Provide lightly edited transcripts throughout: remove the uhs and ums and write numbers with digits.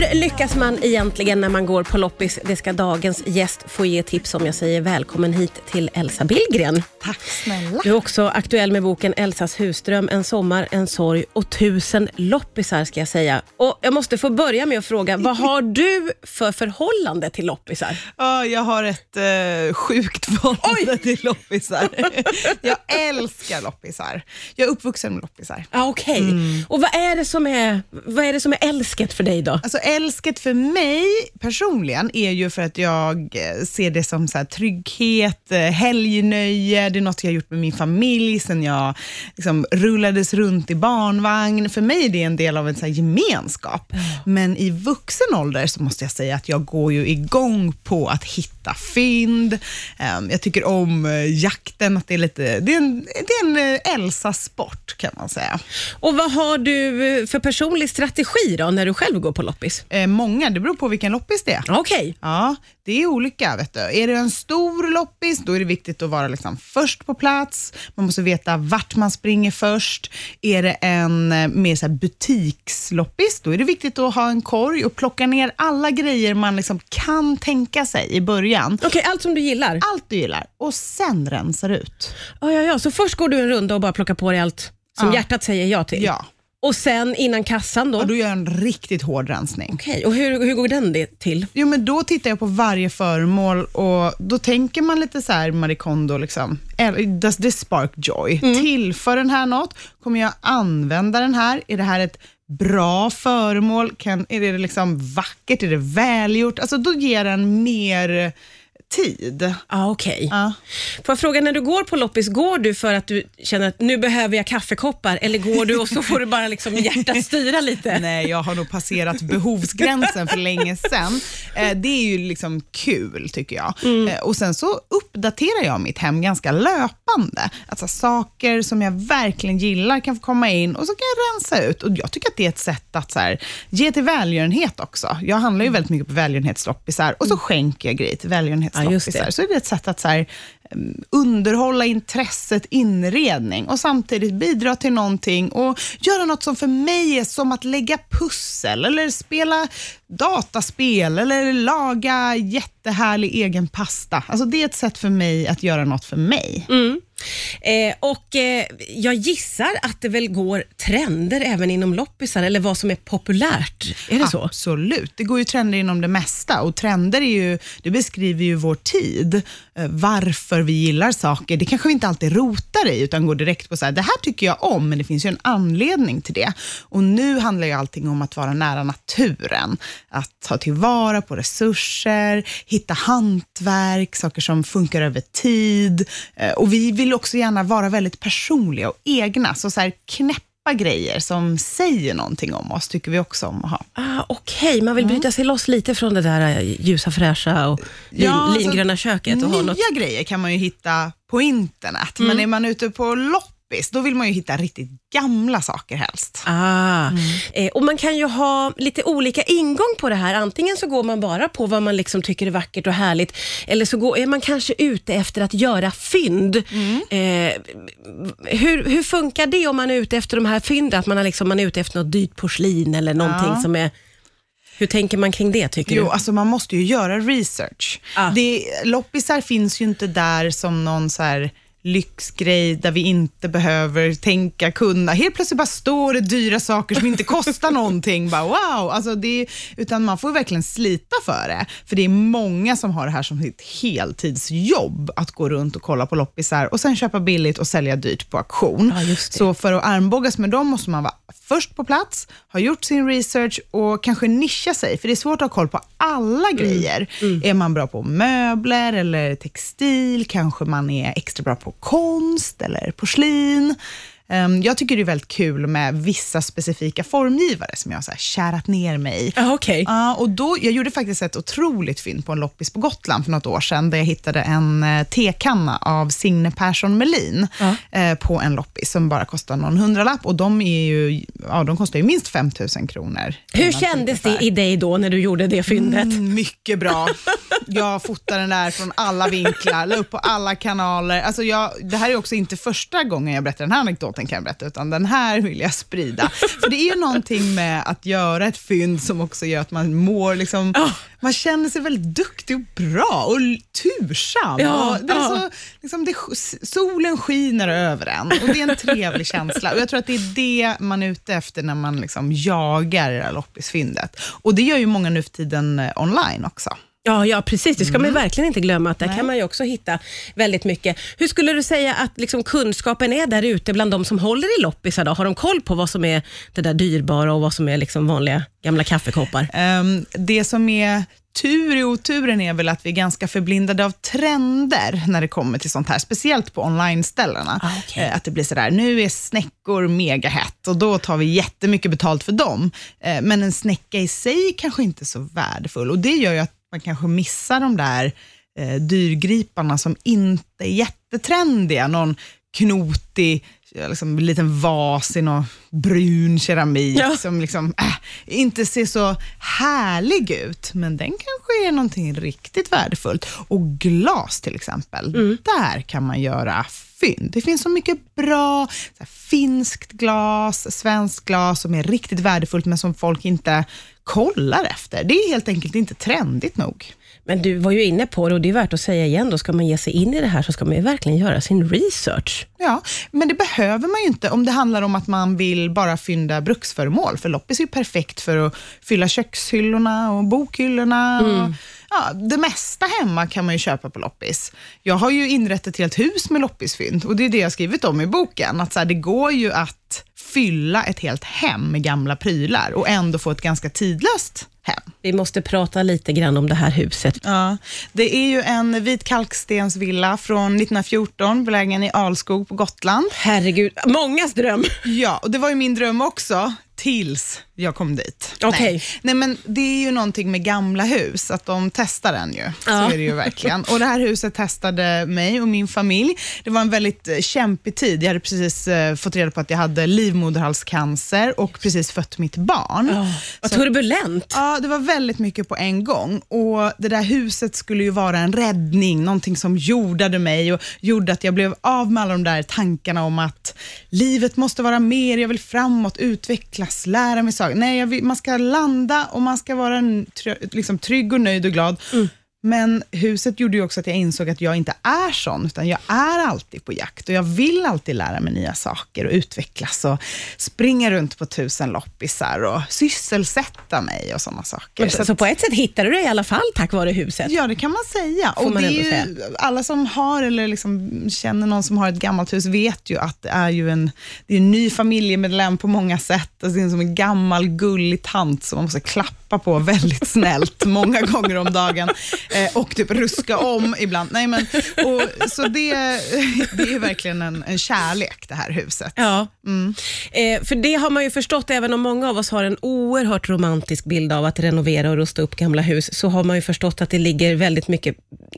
Hur lyckas man egentligen när man går på loppis? Det ska dagens gäst få ge tips om. Jag säger välkommen hit till Elsa Billgren. Tack snälla. Du är också aktuell med boken Elsas husdröm, en sommar, en sorg och 1000 loppisar ska jag säga. Och jag måste få börja med att fråga, vad har du för förhållande till loppisar? Ja, jag har ett sjukt förhållande till loppisar. Jag älskar loppisar. Jag är uppvuxen med loppisar. Okej. Och vad är det som är älsket för dig då? Alltså älsket för mig personligen är ju för att jag ser det som så här trygghet, helgnöje. Det är något jag har gjort med min familj sen jag liksom rullades runt i barnvagn. För mig är det en del av en så här gemenskap. Men i vuxen ålder så måste jag säga att jag går ju igång på att hitta fynd. Jag tycker om jakten, att det är en Elsa-sport kan man säga. Och vad har du för personlig strategi då när du själv går på loppis? Många, det beror på vilken loppis det är. Okej. Ja, det är olika, vet du. Är det en stor loppis, då är det viktigt att vara liksom först på plats. Man måste veta vart man springer först. Är det en mer så här butiksloppis, då är det viktigt att ha en korg och plocka ner alla grejer man liksom kan tänka sig i början. Okej, allt som du gillar? Allt du gillar. Och sen rensar ut. Ja. Så först går du en runda och bara plockar på dig allt som hjärtat säger ja till? Ja. Och sen innan kassan då? Och då gör jag en riktigt hård rensning. Okej, och hur går den till? Jo, men då tittar jag på varje föremål och då tänker man lite så här Marie Kondo liksom, does this spark joy? Tillför den här något? Kommer jag använda den här? Är det här ett bra föremål? Är det liksom vackert? Är det välgjort? Alltså då ger den mer tid. Okej. Får jag fråga, när du går på loppis, går du för att du känner att nu behöver jag kaffekoppar, eller går du och så får du bara liksom hjärtat styra lite? Nej, jag har nog passerat behovsgränsen för länge sedan. Det är ju liksom kul tycker jag. Och sen så uppdaterar jag mitt hem ganska löpande. Alltså saker som jag verkligen gillar kan få komma in och så kan jag rensa ut. Och jag tycker att det är ett sätt att så här, ge till välgörenhet också. Jag handlar ju väldigt mycket på välgörenhetsloppisar och så skänker jag grejer till välgörenhetsloppisar. Så är det ett sätt att så här, underhålla intresset, inredning och samtidigt bidra till någonting och göra något som för mig är som att lägga pussel eller spela dataspel eller laga jättehärlig egen pasta. Alltså det är ett sätt för mig att göra något för mig. Jag gissar att det väl går trender även inom loppisar, eller vad som är populärt. Är det så? Absolut, det går ju trender inom det mesta och trender är ju, det beskriver ju vår tid, varför vi gillar saker. Det kanske vi inte alltid rotar i utan går direkt på så här, det här tycker jag om, men det finns ju en anledning till det. Och nu handlar ju allting om att vara nära naturen, att ta tillvara på resurser, hitta hantverk, saker som funkar över tid. Och vi vill också gärna vara väldigt personliga och egna, så här knäppa grejer som säger någonting om oss tycker vi också om att ha. Okej, man vill bryta sig loss lite från det där ljusa, fräscha och lingröna köket. Och nya grejer kan man ju hitta på internet, men är man ute på loppis, då vill man ju hitta riktigt gamla saker helst. Och man kan ju ha lite olika ingång på det här. Antingen så går man bara på vad man liksom tycker är vackert och härligt, eller så är man kanske ute efter att göra fynd. Hur funkar det om man är ute efter de här fynden? Att man är ute efter något dyrt porslin eller någonting som är... Hur tänker man kring det tycker du? Alltså man måste ju göra research. Loppisar finns ju inte där som någon så här lyxgrej där vi inte behöver tänka, kunna. Helt plötsligt bara står det dyra saker som inte kostar någonting. Bara wow! Alltså utan man får verkligen slita för det. För det är många som har det här som ett heltidsjobb att gå runt och kolla på loppisar och sen köpa billigt och sälja dyrt på auktion. Så för att armbågas med dem måste man vara först på plats, ha gjort sin research och kanske nischa sig. För det är svårt att ha koll på alla grejer. Är man bra på möbler eller textil? Kanske man är extra bra på konst eller porslin. Jag tycker det är väldigt kul med vissa specifika formgivare som jag har så här kärat ner mig. Och då, jag gjorde faktiskt ett otroligt fynd på en loppis på Gotland för något år sedan där jag hittade en tekanna av Signe Persson Melin på en loppis som bara kostar någon 100-lapp och de kostar ju minst 5 000 kronor. Hur kändes det i dig då när du gjorde det fyndet? Mycket bra. Jag fotade den där från alla vinklar, la upp på alla kanaler. Alltså det här är också inte första gången jag berättar den här anekdoten. låten kan jag berätta, utan den här vill jag sprida. För det är ju någonting med att göra ett fynd som också gör att man mår liksom, man känner sig väldigt duktig och bra och tursam. Och det är så, liksom, solen skiner över en och det är en trevlig känsla. Och jag tror att det är det man är ute efter när man liksom jagar det här loppisfyndet. Och det gör ju många nu för tiden online också. Ja, precis. Det ska man verkligen inte glömma, att där kan man ju också hitta väldigt mycket. Hur skulle du säga att liksom kunskapen är där ute bland de som håller i loppisar då? Har de koll på vad som är det där dyrbara och vad som är liksom vanliga gamla kaffekoppar? Det som är tur i oturen är väl att vi är ganska förblindade av trender när det kommer till sånt här, speciellt på online-ställena. Att det blir sådär, nu är snäckor mega hett och då tar vi jättemycket betalt för dem. Men en snäcka i sig kanske inte är så värdefull, och det gör ju att man kanske missar de där dyrgriparna som inte är jättetrendiga. Någon knotig liksom, liten vas i någon brun keramik som liksom, inte ser så härlig ut, men den kanske är någonting riktigt värdefullt. Och glas till exempel, där kan man göra fynd. Det finns så mycket bra så här, finskt glas, svenskt glas som är riktigt värdefullt men som folk inte kollar efter. Det är helt enkelt inte trendigt nog. Men du var ju inne på det, och det är värt att säga igen, då ska man ge sig in i det här så ska man ju verkligen göra sin research. Ja, men det behöver man ju inte om det handlar om att man vill bara fynda bruksföremål, för loppis är ju perfekt för att fylla kökshyllorna och bokhyllorna och det mesta hemma kan man ju köpa på loppis. Jag har ju inrett ett helt hus med loppisfynd, och det är det jag har skrivit om i boken, att så här, det går ju att fylla ett helt hem med gamla prylar och ändå få ett ganska tidlöst hem. Vi måste prata lite grann om det här huset. Ja, det är ju en vit kalkstensvilla från 1914, belägen i Alskog på Gotland. Herregud, mångas dröm. Ja, och det var ju min dröm också, tills jag kom dit. Okej. Nej, men det är ju någonting med gamla hus, att de testar den ju. Så är det ju verkligen. Och det här huset testade mig och min familj. Det var en väldigt kämpig tid. Jag hade precis fått reda på att jag hade livmoderhalscancer och precis fött mitt barn. Vad turbulent. Ja, det var väldigt mycket på en gång. Och det där huset skulle ju vara en räddning, någonting som jordade mig och gjorde att jag blev av med alla de där tankarna om att livet måste vara mer, jag vill framåt, utvecklas, lära mig saker. Nej, man ska landa och man ska vara liksom trygg och nöjd och glad. Men huset gjorde ju också att jag insåg att jag inte är sån, utan jag är alltid på jakt och jag vill alltid lära mig nya saker och utvecklas och springa runt på 1000 loppisar och sysselsätta mig och sådana saker. Så på ett sätt hittade du det i alla fall tack vare huset? Ja, det kan man säga. Och det är ju, alla som har eller liksom känner någon som har ett gammalt hus vet ju att det är ju en ny familjemedlem på många sätt. Alltså det är som en gammal gullig tant som man måste klappa på väldigt snällt många gånger om dagen. Och typ ruska om ibland. Nej, men, så det är verkligen en kärlek, det här huset. Ja. För det har man ju förstått, även om många av oss har en oerhört romantisk bild av att renovera och rusta upp gamla hus, så har man ju förstått att det ligger väldigt mycket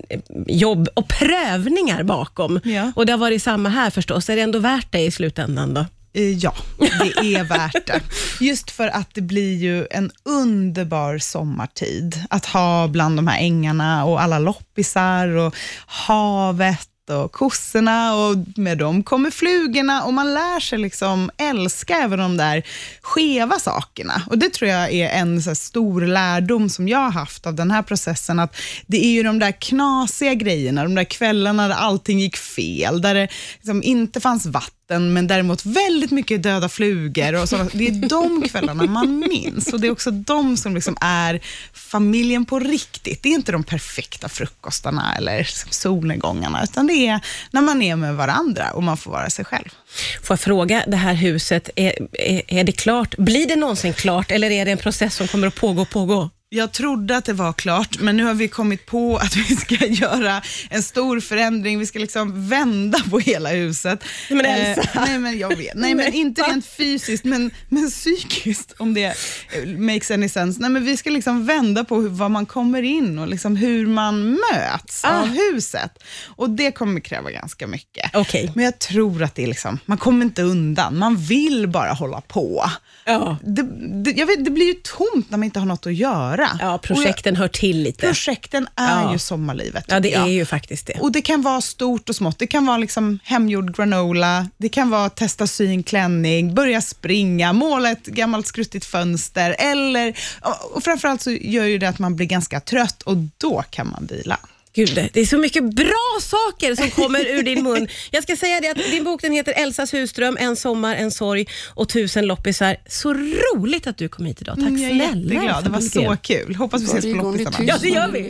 jobb och prövningar bakom. Ja. Och det har varit samma här förstås. Är det ändå värt det i slutändan då? Ja, det är värt det. Just för att det blir ju en underbar sommartid att ha bland de här ängarna och alla loppisar och havet och kossorna, och med dem kommer flugorna, och man lär sig liksom älska även de där skeva sakerna. Och det tror jag är en så här stor lärdom som jag har haft av den här processen, att det är ju de där knasiga grejerna, de där kvällarna där allting gick fel, där det liksom inte fanns vatten men däremot väldigt mycket döda flugor och sådana. Det är de kvällarna man minns, och det är också de som liksom är familjen på riktigt. Det är inte de perfekta frukostarna eller solnedgångarna, utan det är när man är med varandra och man får vara sig själv. Får jag fråga, det här huset, är det klart? Blir det någonsin klart, eller är det en process som kommer att pågå? Jag trodde att det var klart, men nu har vi kommit på att vi ska göra en stor förändring. Vi ska liksom vända på hela huset. Men Elsa. Nej, men jag vet. Nej, men inte rent fysiskt, men psykiskt, om det makes any sense. Nej, men vi ska liksom vända på vad man kommer in och liksom hur man möts av huset. Och det kommer kräva ganska mycket. Okay. Men jag tror att det är liksom, man kommer inte undan. Man vill bara hålla på. Ja. Jag vet, det blir ju tomt när man inte har något att göra. göra. Ja, projekten hör till lite. Projekten är ju sommarlivet. Ja, det är ju faktiskt det. Och det kan vara stort och smått. Det kan vara liksom hemgjord granola, det kan vara testa sy en klänning, börja springa, måla ett gammalt skruttigt fönster, och framförallt så gör ju det att man blir ganska trött och då kan man vila. Gud, det är så mycket bra saker som kommer ur din mun. Jag ska säga det att din bok den heter Elsas husdröm, en sommar, en sorg och 1000 loppisar. Så roligt att du kom hit idag. Tack snälla. Jag är jätteglad, det var så kul. Hoppas vi ses på loppisarna. Ja, det gör vi.